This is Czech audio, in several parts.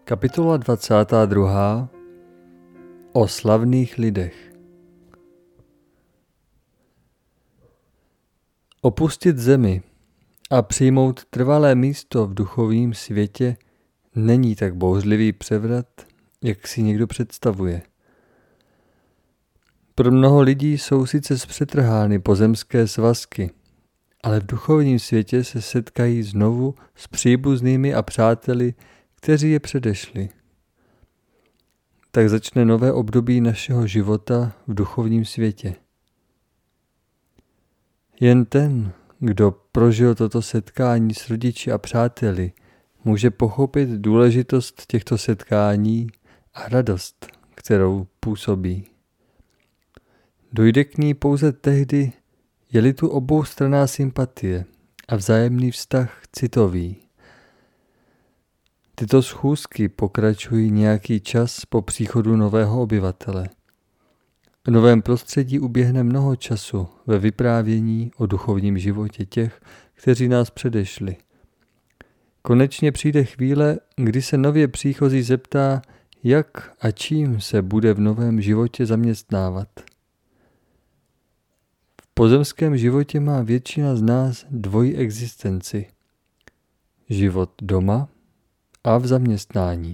Kapitola 22. O slavných lidech. Opustit zemi a přijmout trvalé místo v duchovním světě není tak bouřlivý převrat, jak si někdo představuje. Pro mnoho lidí jsou sice zpřetrhány pozemské svazky, ale v duchovním světě se setkají znovu s příbuznými a přáteli, kteří je předešli. Tak začne nové období našeho života v duchovním světě. Jen ten, kdo prožil toto setkání s rodiči a přáteli, může pochopit důležitost těchto setkání a radost, kterou působí. Dojde k ní pouze tehdy, je-li tu oboustranná sympatie a vzájemný vztah citový. Tyto schůzky pokračují nějaký čas po příchodu nového obyvatele. V novém prostředí uběhne mnoho času ve vyprávění o duchovním životě těch, kteří nás předešli. Konečně přijde chvíle, kdy se nově příchozí zeptá, jak a čím se bude v novém životě zaměstnávat. V pozemském životě má většina z nás dvojí existenci. Život doma a v zaměstnání.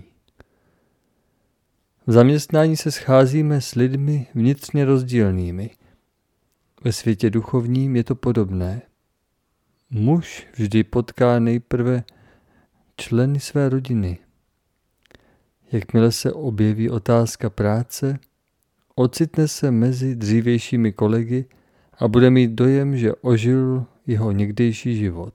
V zaměstnání se scházíme s lidmi vnitřně rozdílnými. Ve světě duchovním je to podobné. Muž vždy potká nejprve členy své rodiny. Jakmile se objeví otázka práce, ocitne se mezi dřívějšími kolegy a bude mít dojem, že ožil jeho někdejší život.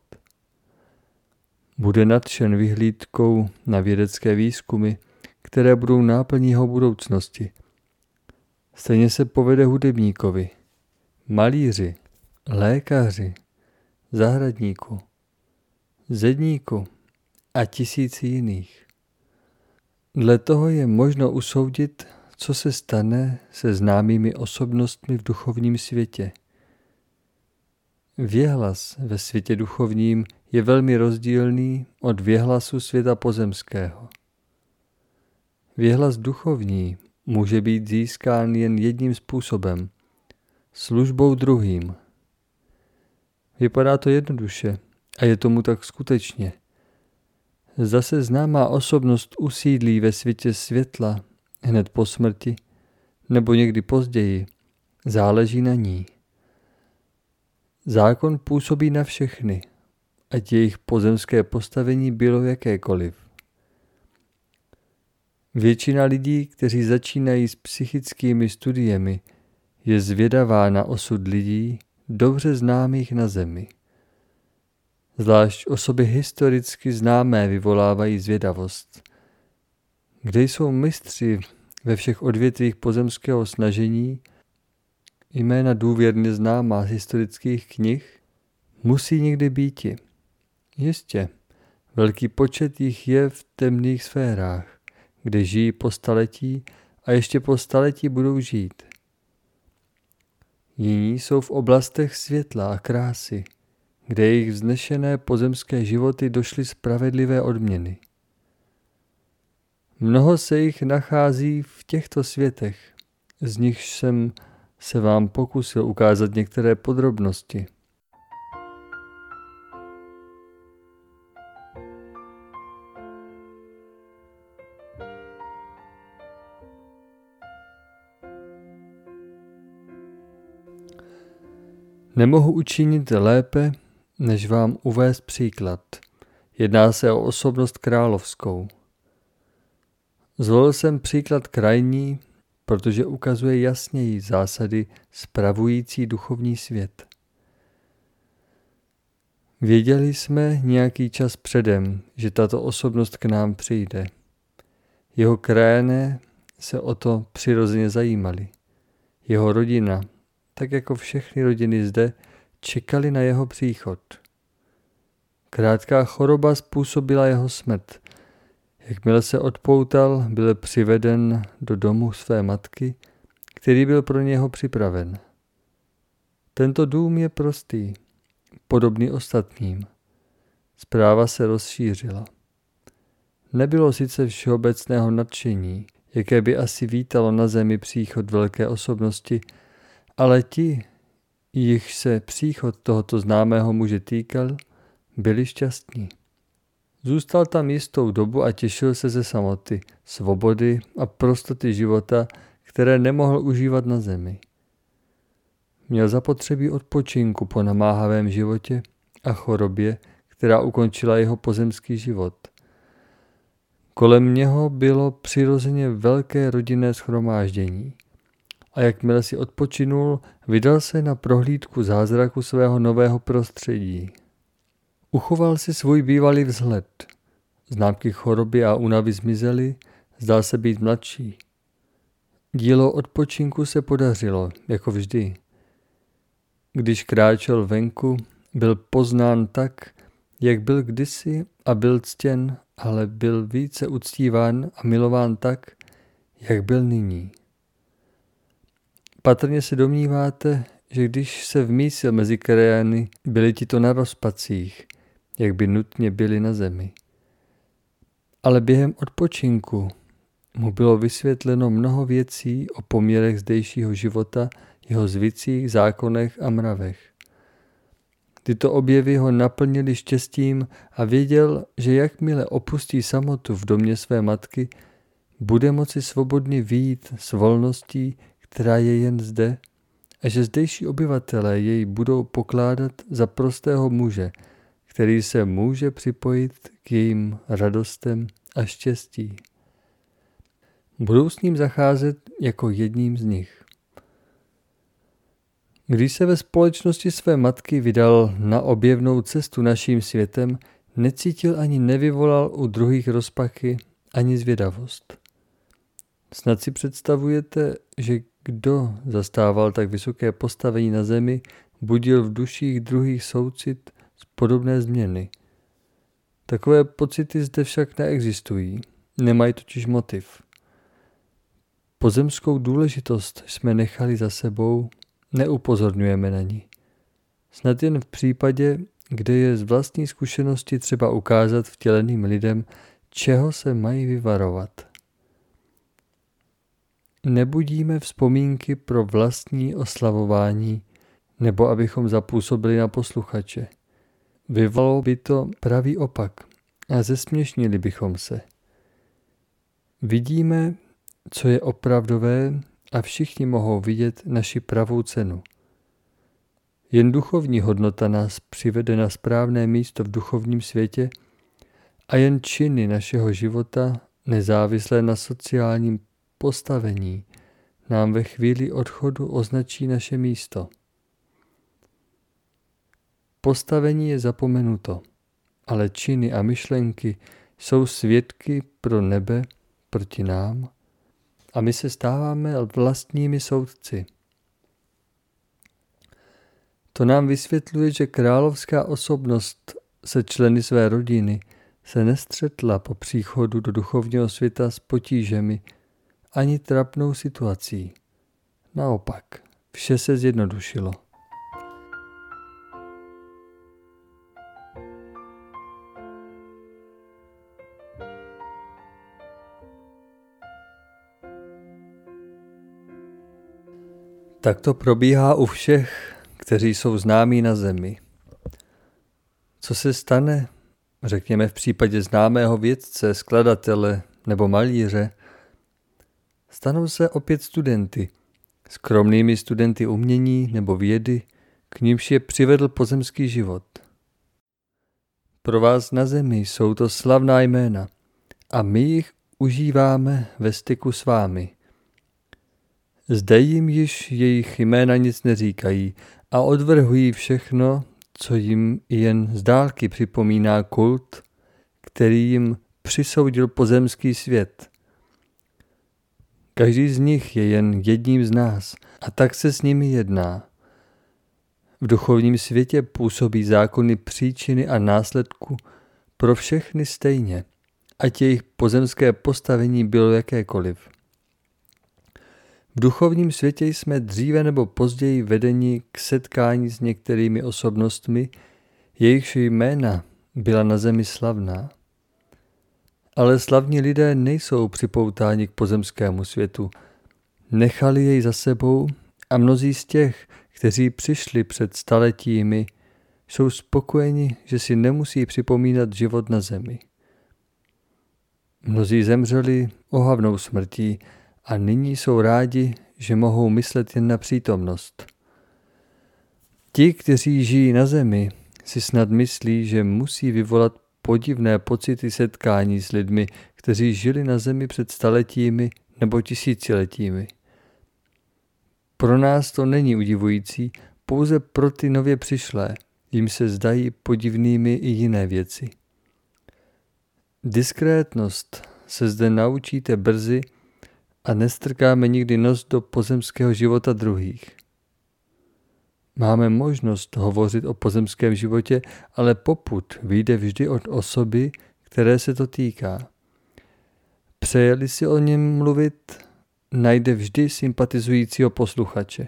Bude nadšen vyhlídkou na vědecké výzkumy, které budou náplní jeho budoucnosti. Stejně se povede hudebníkovi, malíři, lékaři, zahradníku, zedníku a tisíci jiných. Dle toho je možno usoudit, co se stane se známými osobnostmi v duchovním světě. Věhlas ve světě duchovním je velmi rozdílný od věhlasu světa pozemského. Věhlas duchovní může být získán jen jedním způsobem, službou druhým. Vypadá to jednoduše a je tomu tak skutečně. Zase známá osobnost usídlí ve světě světla hned po smrti nebo někdy později, záleží na ní. Zákon působí na všechny, ať jejich pozemské postavení bylo jakékoliv. Většina lidí, kteří začínají s psychickými studiemi, je zvědavá na osud lidí, dobře známých na zemi. Zvlášť osoby historicky známé vyvolávají zvědavost. Kde jsou mistři ve všech odvětvích pozemského snažení, jména důvěrně známá z historických knih, musí někdy býti. Jistě, velký počet jich je v temných sférách, kde žijí po staletí a ještě po staletí budou žít. Jiní jsou v oblastech světla a krásy, kde jejich vznešené pozemské životy došly spravedlivé odměny. Mnoho se jich nachází v těchto světech, z nichž jsem se vám pokusil ukázat některé podrobnosti. Nemohu učinit lépe, než vám uvést příklad. Jedná se o osobnost královskou. Zvolil jsem příklad krajní, protože ukazuje jasněji zásady spravující duchovní svět. Věděli jsme nějaký čas předem, že tato osobnost k nám přijde. Jeho krajané se o to přirozeně zajímali. Jeho rodina, tak jako všechny rodiny zde, čekali na jeho příchod. Krátká choroba způsobila jeho smrt. Jakmile se odpoutal, byl přiveden do domu své matky, který byl pro něho připraven. Tento dům je prostý, podobný ostatním. Zpráva se rozšířila. nebylo sice všeobecného nadšení, jaké by asi vítalo na zemi příchod velké osobnosti, ale ti, jich se příchod tohoto známého muže týkal, byli šťastní. Zůstal tam jistou dobu a těšil se ze samoty, svobody a prostoty života, které nemohl užívat na zemi. Měl zapotřebí odpočinku po namáhavém životě a chorobě, která ukončila jeho pozemský život. Kolem něho bylo přirozeně velké rodinné shromáždění a jakmile si odpočinul, vydal se na prohlídku zázraku svého nového prostředí. Uchoval si svůj bývalý vzhled. Známky choroby a únavy zmizely, zdál se být mladší. Dílo odpočinku se podařilo, jako vždy. Když kráčel venku, byl poznán tak, jak byl kdysi a byl ctěn, ale byl více uctíván a milován tak, jak byl nyní. Patrně se domníváte, že když se vmísil mezi krajany, byli ti to na rozpacích, jak by nutně byli na zemi. Ale během odpočinku mu bylo vysvětleno mnoho věcí o poměrech zdejšího života, jeho zvycích, zákonech a mravech. Tyto objevy ho naplnily štěstím a věděl, že jakmile opustí samotu v domě své matky, bude moci svobodně vyjít s volností, která je jen zde, a že zdejší obyvatelé jej budou pokládat za prostého muže, který se může připojit k jejím radostem a štěstí. Budou s ním zacházet jako jedním z nich. Když se ve společnosti své matky vydal na objevnou cestu naším světem, necítil ani nevyvolal u druhých rozpachy ani zvědavost. Snad si představujete, že kdo zastával tak vysoké postavení na zemi, budil v duších druhých soucit z podobné změny. Takové pocity zde však neexistují, nemají totiž motiv. Pozemskou důležitost jsme nechali za sebou, neupozorňujeme na ní. Snad jen v případě, kde je z vlastní zkušenosti třeba ukázat vtěleným lidem, čeho se mají vyvarovat. Nebudíme vzpomínky pro vlastní oslavování, nebo abychom zapůsobili na posluchače. Vyvolalo by to pravý opak a zesměšnili bychom se. Vidíme, co je opravdové, a všichni mohou vidět naši pravou cenu. Jen duchovní hodnota nás přivede na správné místo v duchovním světě a jen činy našeho života, nezávislé na sociálním postavení, nám ve chvíli odchodu označí naše místo. Postavení je zapomenuto, ale činy a myšlenky jsou svědky pro nebe proti nám a my se stáváme vlastními soudci. To nám vysvětluje, že královská osobnost se členy své rodiny se nestřetla po příchodu do duchovního světa s potížemi ani trapnou situací. Naopak, vše se zjednodušilo. Tak to probíhá u všech, kteří jsou známí na zemi. Co se stane, řekněme v případě známého vědce, skladatele nebo malíře? Stanou se opět studenty, skromnými studenty umění nebo vědy, k nímž je přivedl pozemský život. Pro vás na zemi jsou to slavná jména a my jich užíváme ve styku s vámi. Zde jim již jejich jména nic neříkají a odvrhují všechno, co jim jen z dálky připomíná kult, který jim přisoudil pozemský svět. Každý z nich je jen jedním z nás a tak se s nimi jedná. V duchovním světě působí zákony příčiny a následku pro všechny stejně, ať jejich pozemské postavení bylo jakékoliv. V duchovním světě jsme dříve nebo později vedeni k setkání s některými osobnostmi, jejichž jména byla na zemi slavná. Ale slavní lidé nejsou připoutáni k pozemskému světu. Nechali jej za sebou a mnozí z těch, kteří přišli před staletími, jsou spokojeni, že si nemusí připomínat život na zemi. Mnozí zemřeli ohavnou smrtí a nyní jsou rádi, že mohou myslet jen na přítomnost. Ti, kteří žijí na zemi, si snad myslí, že musí vyvolat podivné pocity setkání s lidmi, kteří žili na zemi před staletími nebo tisíciletími. Pro nás to není udivující, pouze pro ty nově přišlé, jim se zdají podivnými i jiné věci. Diskrétnost se zde naučíte brzy a nestrkáme nikdy nos do pozemského života druhých. Máme možnost hovořit o pozemském životě, ale popud vyjde vždy od osoby, které se to týká. Přejeli si o něm mluvit, najde vždy sympatizujícího posluchače.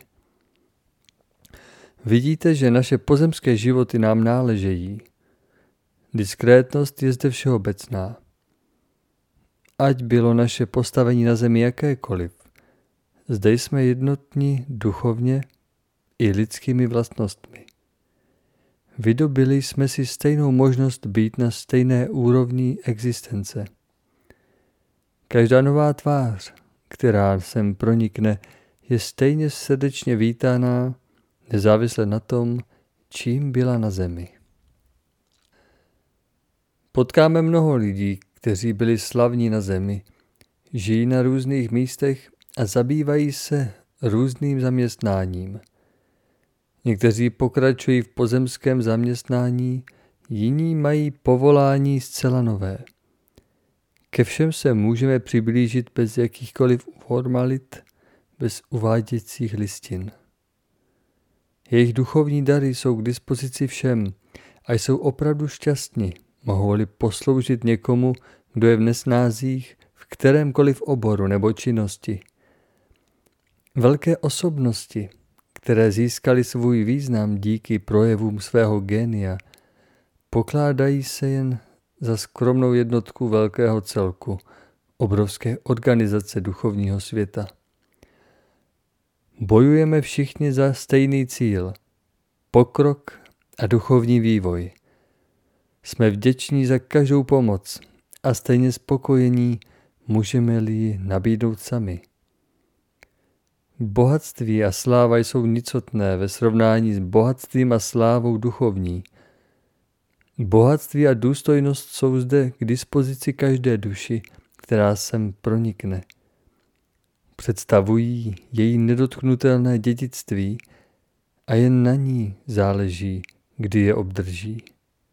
Vidíte, že naše pozemské životy nám náležejí. Diskrétnost je zde všeobecná. Ať bylo naše postavení na zemi jakékoliv, zde jsme jednotní duchovně i lidskými vlastnostmi. Vydobili jsme si stejnou možnost být na stejné úrovni existence. Každá nová tvář, která sem pronikne, je stejně srdečně vítaná, nezávisle na tom, čím byla na zemi. Potkáme mnoho lidí, kteří byli slavní na zemi, žijí na různých místech a zabývají se různým zaměstnáním. Někteří pokračují v pozemském zaměstnání, jiní mají povolání zcela nové. Ke všem se můžeme přiblížit bez jakýchkoliv formalit, bez uváděcích listin. Jejich duchovní dary jsou k dispozici všem a jsou opravdu šťastní, mohou-li posloužit někomu, kdo je v nesnázích v kterémkoliv oboru nebo činnosti. Velké osobnosti, které získaly svůj význam díky projevům svého génia, pokládají se jen za skromnou jednotku velkého celku, obrovské organizace duchovního světa. Bojujeme všichni za stejný cíl, pokrok a duchovní vývoj. Jsme vděční za každou pomoc a stejně spokojení, můžeme-li ji nabídnout sami. Bohatství a sláva jsou nicotné ve srovnání s bohatstvím a slávou duchovní. Bohatství a důstojnost jsou zde k dispozici každé duši, která sem pronikne. Představují její nedotknutelné dědictví a jen na ní záleží, kdy je obdrží.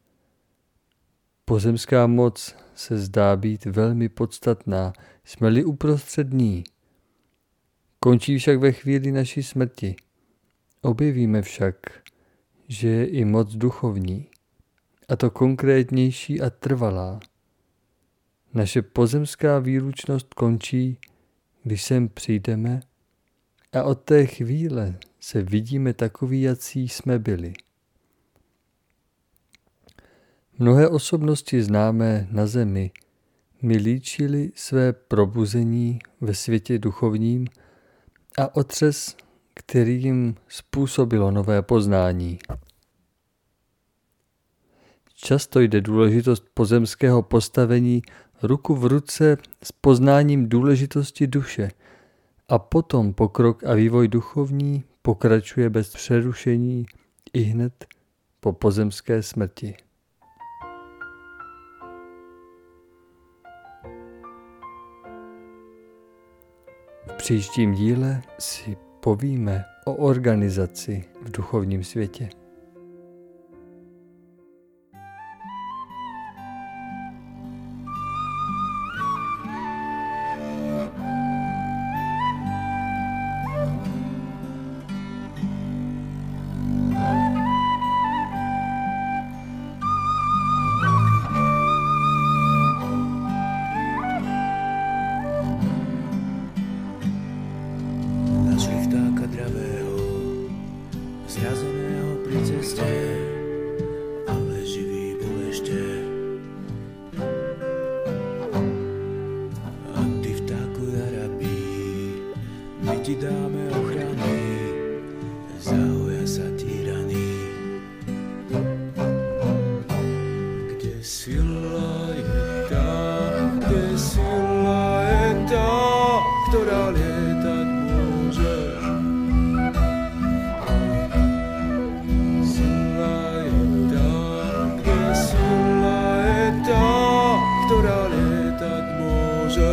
Pozemská moc se zdá být velmi podstatná, jsme-li uprostřed ní. Končí však ve chvíli naší smrti. Objevíme však, že je i moc duchovní, a to konkrétnější a trvalá. Naše pozemská výlučnost končí, když sem přijdeme a od té chvíle se vidíme takoví, jací jsme byli. Mnohé osobnosti známé na zemi mi líčili své probuzení ve světě duchovním a otřes, který jim způsobilo nové poznání. Často jde důležitost pozemského postavení ruku v ruce s poznáním důležitosti duše a potom pokrok a vývoj duchovní pokračuje bez přerušení ihned po pozemské smrti. V příštím díle si povíme o organizaci v duchovním světě. Zrazeného pri ti dáme ochrany, zahoja sa ti rany. Kde sila je tá, ktorá lietať môže. Sila je tá, ktorá lietať môže.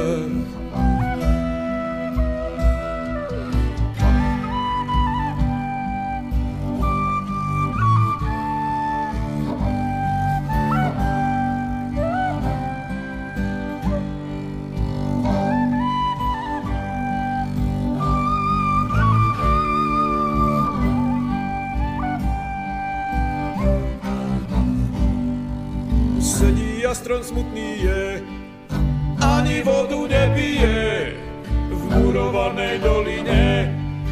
Sedí a strom smutný je, ani vodu nepije v murovanej doline.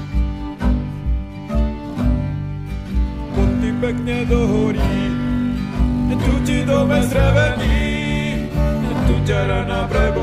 Pod ty pekne dohorí, tu ti dome zrevení, tu ťa rana pre